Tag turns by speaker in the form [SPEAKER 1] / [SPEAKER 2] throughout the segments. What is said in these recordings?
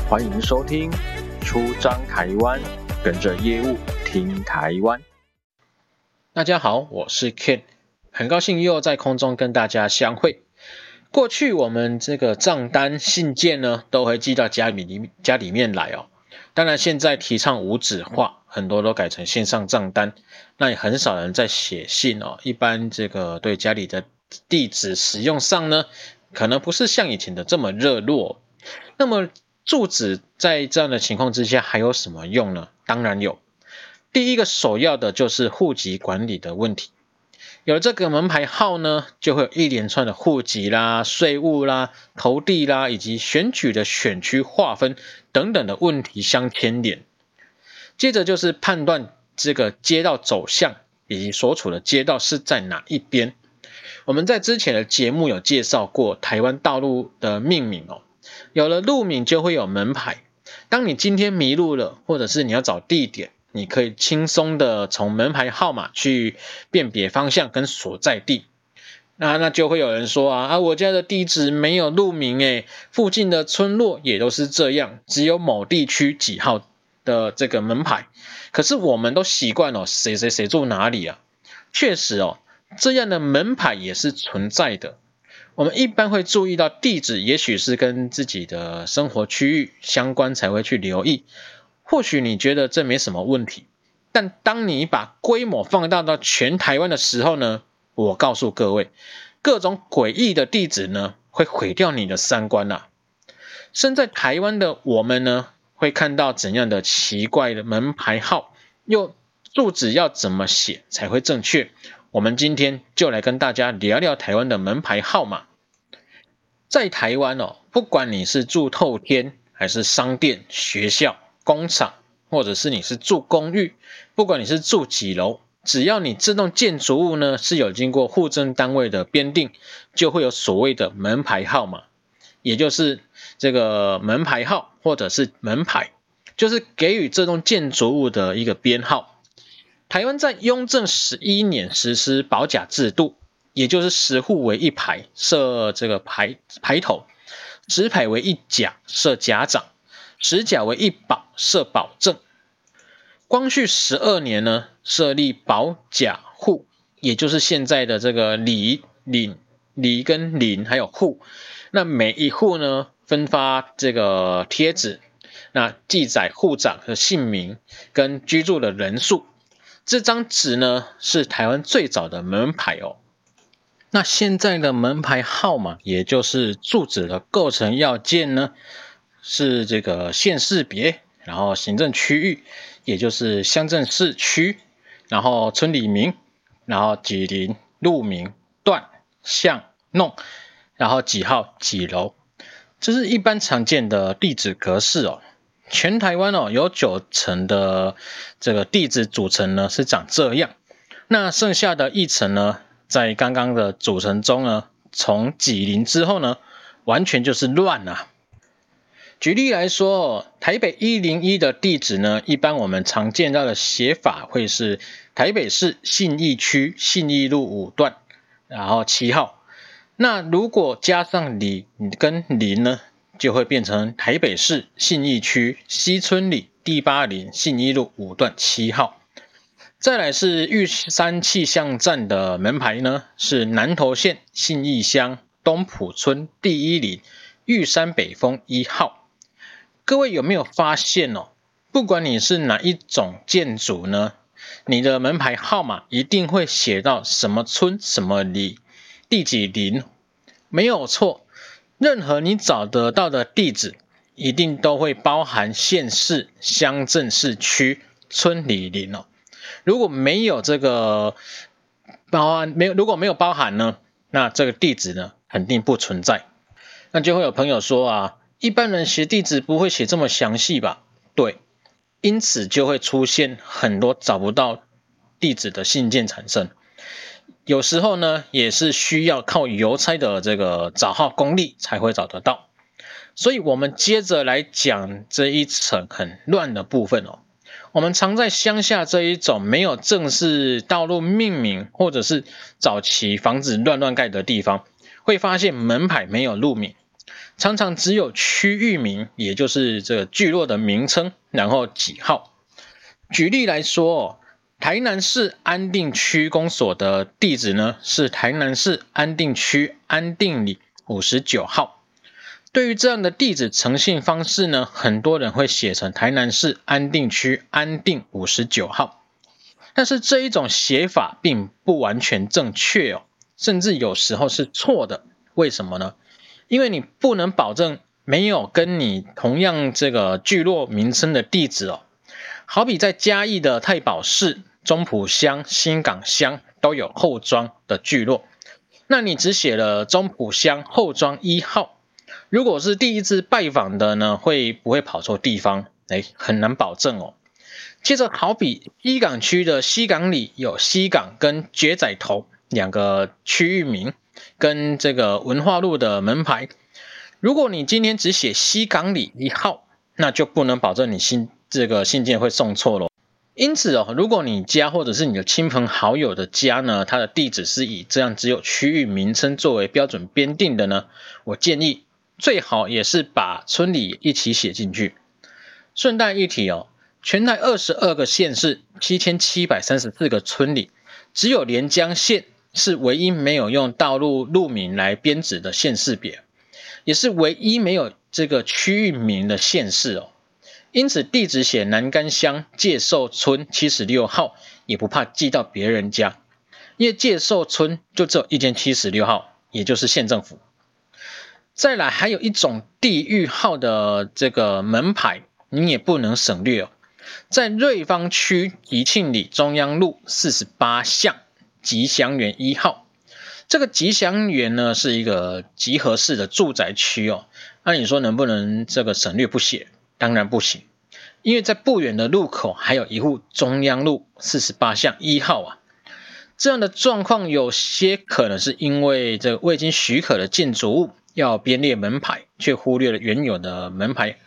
[SPEAKER 1] 欢迎收听出张台湾，跟着业务听台湾。
[SPEAKER 2] 大家好，我是 Ken， 很高兴又在空中跟大家相会。过去我们这个账单信件呢，都会寄到家里面来哦。当然现在提倡无纸化，很多都改成线上账单，那也很少人在写信哦。一般这个对家里的地址使用上呢，可能不是像以前的这么热络。那么住址在这样的情况之下还有什么用呢？当然有。第一个首要的就是户籍管理的问题。有了这个门牌号呢，就会有一连串的户籍啦、税务啦、投递啦，以及选举的选区划分等等的问题相牵连。接着就是判断这个街道走向以及所处的街道是在哪一边。我们在之前的节目有介绍过台湾道路的命名哦。有了路名就会有门牌，当你今天迷路了，或者是你要找地点，你可以轻松的从门牌号码去辨别方向跟所在地。那就会有人说我家的地址没有路名诶，附近的村落也都是这样，只有某地区几号的这个门牌。可是我们都习惯谁谁谁住哪里啊。确实这样的门牌也是存在的。我们一般会注意到地址也许是跟自己的生活区域相关才会去留意，或许你觉得这没什么问题，但当你把规模放大到全台湾的时候呢，我告诉各位，各种诡异的地址呢会毁掉你的三观啊。身在台湾的我们呢，会看到怎样的奇怪的门牌号，又住址要怎么写才会正确。我们今天就来跟大家聊聊台湾的门牌号码。在台湾不管你是住透天还是商店、学校、工厂，或者是你是住公寓，不管你是住几楼，只要你这栋建筑物呢是有经过户政单位的编定，就会有所谓的门牌号码，也就是这个门牌号或者是门牌，就是给予这栋建筑物的一个编号。台湾在雍正11年实施保甲制度，也就是10户为一排，设这个牌头，10排为一甲，设甲长，10甲为一保，设保正。光绪12年呢，设立保甲户，也就是现在的这个里跟邻还有户。那每一户呢，分发这个贴纸，那记载户长的姓名跟居住的人数。这张纸呢是台湾最早的门牌那现在的门牌号码，也就是住址的构成要件呢，是这个县市别，然后行政区域，也就是乡镇市区，然后村里名，然后几邻、路名、段、巷、弄，然后几号几楼。这是一般常见的地址格式全台湾有90%的这个地址组成呢是长这样，那剩下的1层呢，在刚刚的组成中呢，从几邻之后呢，完全就是乱啊。举例来说台北101的地址呢，一般我们常见到的写法会是台北市信义区信义路5段，然后7号。那如果加上里跟邻呢，就会变成台北市信义区西村里第8邻信义路5段7号。再来是玉山气象站的门牌呢，是南投县信义乡东埔村第1邻玉山北峰1号。各位有没有发现不管你是哪一种建筑呢，你的门牌号码一定会写到什么村什么里第几邻，没有错。任何你找得到的地址一定都会包含县市、乡镇、市区、村里邻如果没有这个如果没有包含呢，那这个地址呢肯定不存在。那就会有朋友说一般人写地址不会写这么详细吧？对，因此就会出现很多找不到地址的信件产生。有时候呢，也是需要靠邮差的这个找号功力才会找得到。所以我们接着来讲这一层很乱的部分我们常在乡下这一种没有正式道路命名，或者是早期房子乱盖的地方，会发现门牌没有路名。 常常只有区域名，也就是这个聚落的名称，然后几号。举例来说，台南市安定区公所的地址呢是台南市安定区安定里59号。对于这样的地址呈现方式呢，很多人会写成台南市安定区安定59号。但是这一种写法并不完全正确哦，甚至有时候是错的。为什么呢？因为你不能保证没有跟你同样这个聚落名称的地址哦。好比在嘉义的太保市、中埔乡、新港乡都有后庄的聚落，那你只写了中埔乡后庄1号，如果是第一次拜访的呢，会不会跑错地方？很难保证哦。接着好比西港区的西港里有西港跟绝仔头2个区域名，跟这个文化路的门牌，如果你今天只写西港里1号，那就不能保证你这个信件会送错咯。因此如果你家或者是你的亲朋好友的家呢，它的地址是以这样只有区域名称作为标准编定的呢，我建议最好也是把村里一起写进去。顺带一提全台22个县市7734个村里，只有连江县是唯一没有用道路路名来编制的县市别，也是唯一没有这个区域名的县市因此地址写南竿乡介寿村76号也不怕寄到别人家，因为介寿村就只有一间76号，也就是县政府。再来还有一种地域号的这个门牌，你也不能省略在瑞芳区宜庆里中央路48巷吉祥园1号，这个吉祥园呢是一个集合式的住宅区那你说能不能这个省略不写？当然不行，因为在不远的路口还有一户中央路48巷1号这样的状况有些可能是因为这个未经许可的建筑物要编列门牌，却忽略了原有的门牌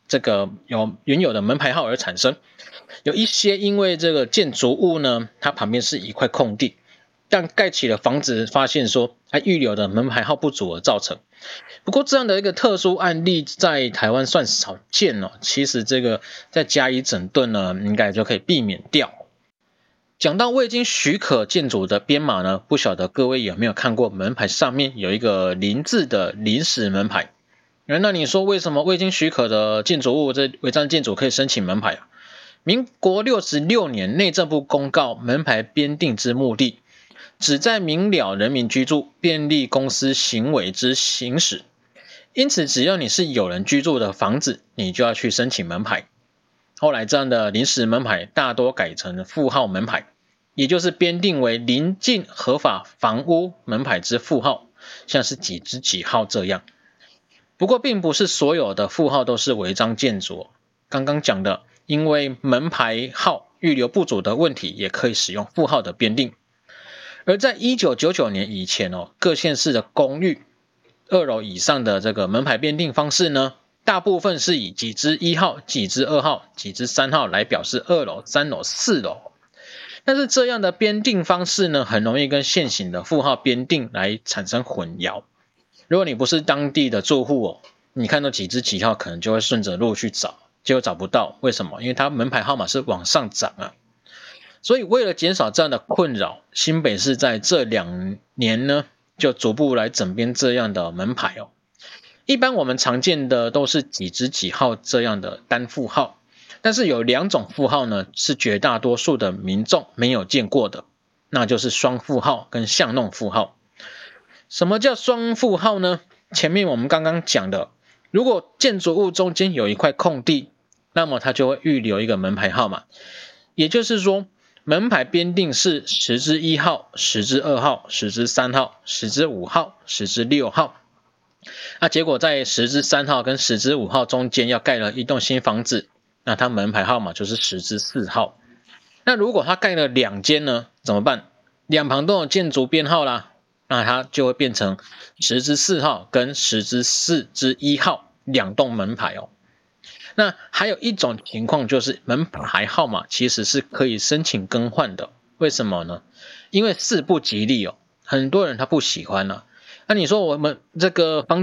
[SPEAKER 2] 号而产生。有一些因为这个建筑物呢，它旁边是一块空地，但盖起了房子，发现说它预留的门牌号不足而造成。不过这样的一个特殊案例在台湾算少见其实这个再加以整顿呢，应该就可以避免掉。讲到未经许可建筑的编码呢，不晓得各位有没有看过门牌上面有一个临字的临时门牌？那你说为什么未经许可的建筑物，这违章建筑可以申请门牌民国66年内政部公告门牌编定之目的，旨在明了人民居住，便利公司行为之行使。因此只要你是有人居住的房子，你就要去申请门牌。后来这样的临时门牌大多改成附号门牌，也就是编定为邻近合法房屋门牌之附号，像是几之几号这样。不过并不是所有的附号都是违章建筑刚刚讲的因为门牌号预留不足的问题，也可以使用附号的编定。而在1999年以前各县市的公寓2楼以上的这个门牌编定方式呢，大部分是以几之1号、几之2号、几之3号来表示2楼、3楼、4楼。但是这样的编定方式呢，很容易跟现行的附号编定来产生混淆。如果你不是当地的住户你看到几之几号可能就会顺着路去找，结果找不到。为什么？因为它门牌号码是往上涨所以为了减少这样的困扰，新北市在这2年呢，就逐步来整编这样的门牌一般我们常见的都是几之几号这样的单附号，但是有2种附号呢，是绝大多数的民众没有见过的，那就是双附号跟巷弄附号。什么叫双附号呢？前面我们刚刚讲的，如果建筑物中间有一块空地，那么它就会预留一个门牌号码，也就是说门牌编定是10之1号、10之2号、10之3号、10之5号、10之6号。结果在10之3号跟10之5号中间要盖了一栋新房子，那它门牌号码就是10之4号。那如果它盖了2间呢，怎么办？两旁都有建筑编号啦，那它就会变成10之4号跟10之4之1号2栋门牌那还有一种情况就是门牌号码其实是可以申请更换的。为什么呢？因为4不吉利很多人他不喜欢那你说我们这个房子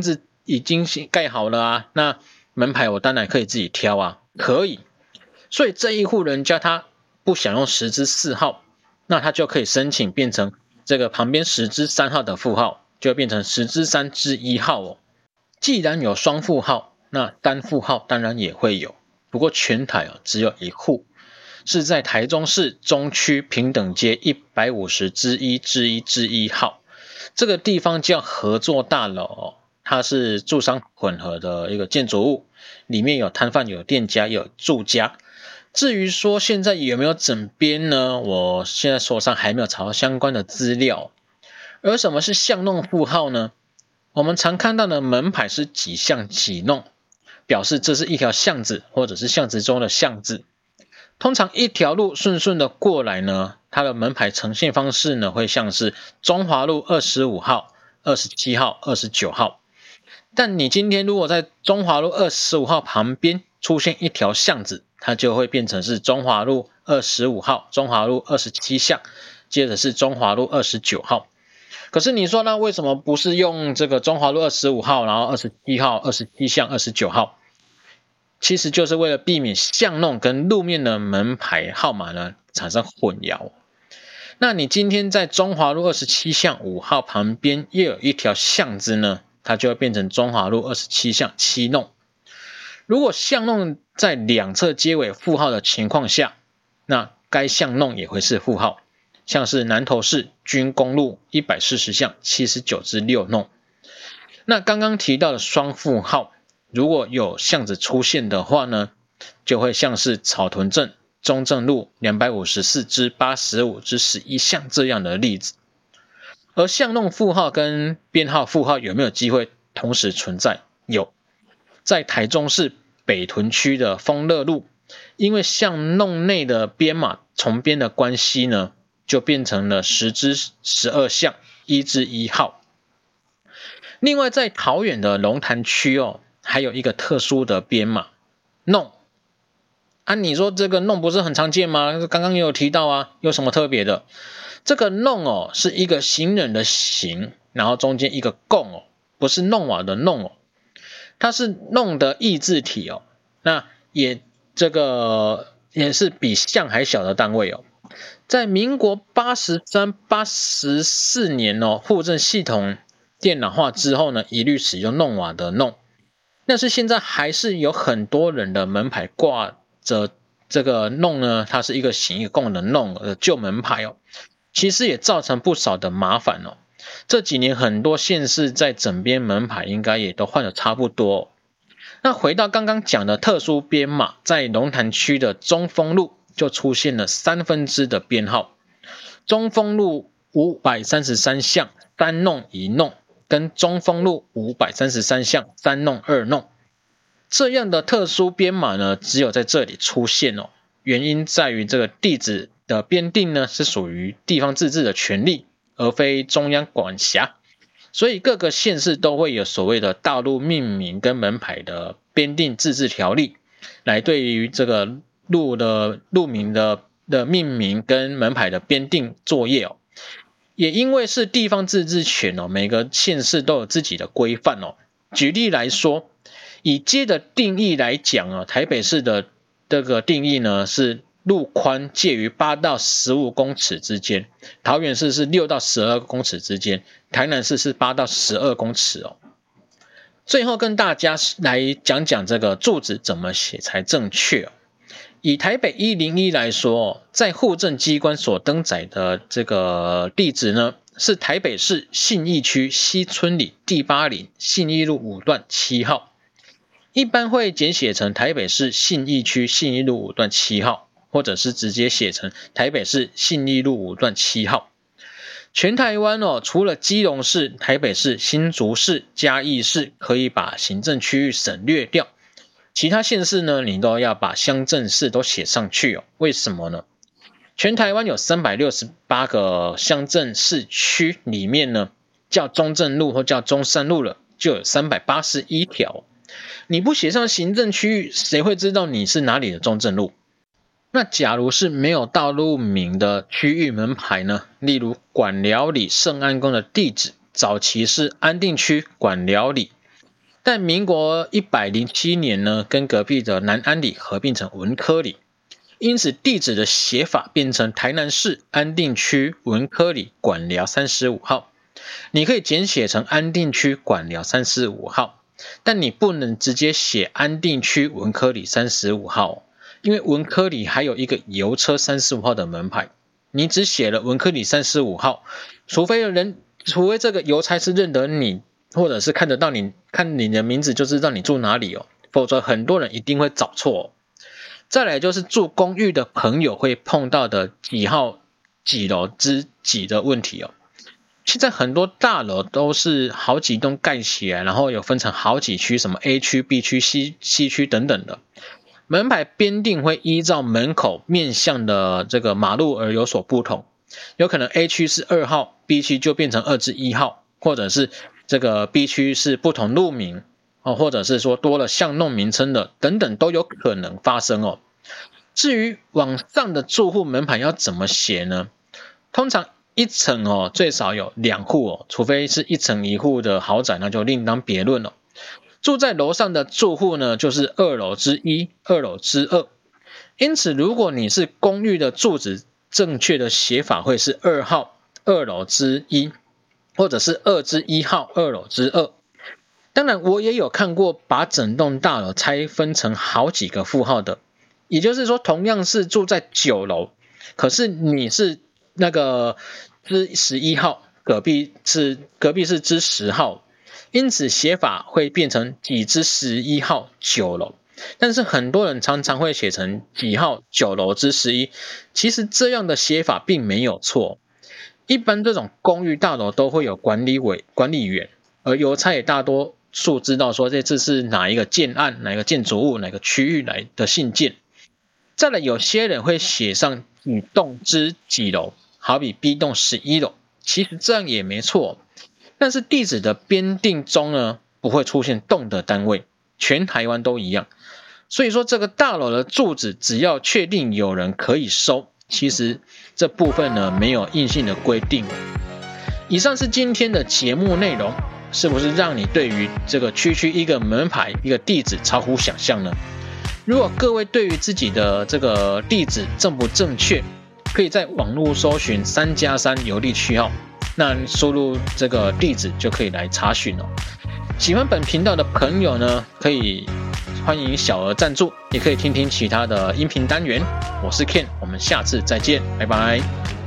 [SPEAKER 2] 已经盖好了啊，那门牌我当然可以自己挑啊，可以。所以这一户人家他不想用10支4号，那他就可以申请变成这个旁边10支3号的副号，就变成10支3支1号哦。既然有双副号，那单副号当然也会有，不过全台只有一户，是在台中市中区平等街150之1之1之1号，这个地方叫合作大楼哦，它是住商混合的一个建筑物，里面有摊贩、有店家、有住家。至于说现在有没有整编呢？我现在手上还没有查到相关的资料。而什么是巷弄副号呢？我们常看到的门牌是几巷几弄，表示这是一条巷子或者是巷子中的巷子。通常一条路顺顺的过来呢，它的门牌呈现方式呢会像是中华路25号、27号、29号。但你今天如果在中华路25号旁边出现一条巷子，它就会变成是中华路25号、中华路27巷，接着是中华路29号。可是你说那为什么不是用这个中华路25号，然后27号、27巷、29号？其实就是为了避免巷弄跟路面的门牌号码呢产生混淆。那你今天在中华路27巷5号旁边又有一条巷子呢，它就会变成中华路27巷7弄。如果巷弄在两侧皆为负号的情况下，那该巷弄也会是负号，像是南投市军公路140巷79之6弄。那刚刚提到的双负号，如果有巷子出现的话呢，就会像是草屯镇中正路254之85之11巷这样的例子。而巷弄负号跟编号负号有没有机会同时存在？有，在台中市北屯区的丰乐路，因为巷弄内的编码重编的关系呢，就变成了10之12巷1之1号。另外在桃园的龙潭区还有一个特殊的编码弄啊，你说这个弄不是很常见吗？刚刚也有提到啊，有什么特别的？这个弄是一个行人的行，然后中间一个共不是弄瓦的弄它是弄的异字体那这个也是比巷还小的单位在民国83、84年户政系统电脑化之后呢，一律使用弄瓦的弄。但是现在还是有很多人的门牌挂着这个弄呢，它是一个行一个共的弄的旧门牌其实也造成不少的麻烦这几年很多县市在整编门牌应该也都换得差不多那回到刚刚讲的特殊编码，在龙潭区的中丰路就出现了3分支的编号，中丰路533巷3弄1弄跟中丰路533巷3弄2弄。这样的特殊编码呢，只有在这里出现原因在于这个地址的编定呢是属于地方自治的权利，而非中央管辖，所以各个县市都会有所谓的道路命名跟门牌的编定自治条例，来对于这个路名的命名跟门牌的编定作业也因为是地方自治权每个县市都有自己的规范举例来说，以街的定义来讲台北市的这个定义呢是路宽介于8到15公尺之间，桃园市是6到12公尺之间，台南市是8到12公尺最后跟大家来讲讲这个住址怎么写才正确以台北101来说，在户政机关所登载的这个地址呢，是台北市信义区西村里第8里信义路5段7号，一般会简写成台北市信义区信义路5段7号，或者是直接写成台北市信义路5段7号。全台湾除了基隆市、台北市、新竹市、嘉义市可以把行政区域省略掉，其他县市呢，你都要把乡镇市都写上去为什么呢？全台湾有368个乡镇市区，里面呢叫中正路或叫中山路了，就有381条。你不写上行政区域，谁会知道你是哪里的中正路？那假如是没有道路名的区域门牌呢？例如管寮里圣安宫的地址，早期是安定区管寮里， 在民国107年呢，跟隔壁的南安里合并成文科里，因此地址的写法变成台南市安定区文科里管寮35号。你可以简写成安定区管寮35号，但你不能直接写安定区文科里35号，因为文科里还有一个邮车35号的门牌。你只写了文科里35号，除非这个邮差是认得你，或者是看得到你，看你的名字就知道你住哪里哦，否则很多人一定会找错哦。再来就是住公寓的朋友会碰到的几号几楼之几的问题哦。现在很多大楼都是好几栋盖起来，然后有分成好几区，什么 A 区、B 区、C 区等等的。门牌编定会依照门口面向的这个马路而有所不同，有可能 A 区是2号 ，B 区就变成2至1号，或者是这个 B 区是不同路名或者是说多了巷弄名称的等等都有可能发生哦。至于往上的住户门牌要怎么写呢？通常一层最少有2户除非是1层1户的豪宅，那就另当别论了。住在楼上的住户呢，就是2楼之1、2楼之2。因此，如果你是公寓的住址，正确的写法会是2号2楼之1，或者是2至1号2楼之2。当然，我也有看过把整栋大楼拆分成好几个副号的，也就是说，同样是住在9楼，可是你是那个之11号，隔壁是之10号。因此写法会变成几之11号9楼，但是很多人常常会写成几号9楼之11，其实这样的写法并没有错。一般这种公寓大楼都会有管理员，而邮差也大多数知道说这次是哪一个建案、哪一个建筑物、哪个区域来的信件。再来，有些人会写上几栋之几楼，好比 B 栋11楼，其实这样也没错。但是地址的编定中呢，不会出现栋的单位，全台湾都一样。所以说这个大楼的住址只要确定有人可以收，其实这部分呢没有硬性的规定。以上是今天的节目内容，是不是让你对于这个区一个门牌一个地址超乎想象呢？如果各位对于自己的这个地址正不正确，可以在网络搜寻3+3邮递区号，那输入这个地址就可以来查询哦。喜欢本频道的朋友呢，可以欢迎小额赞助，也可以听听其他的音频单元。我是 Ken， 我们下次再见，拜拜。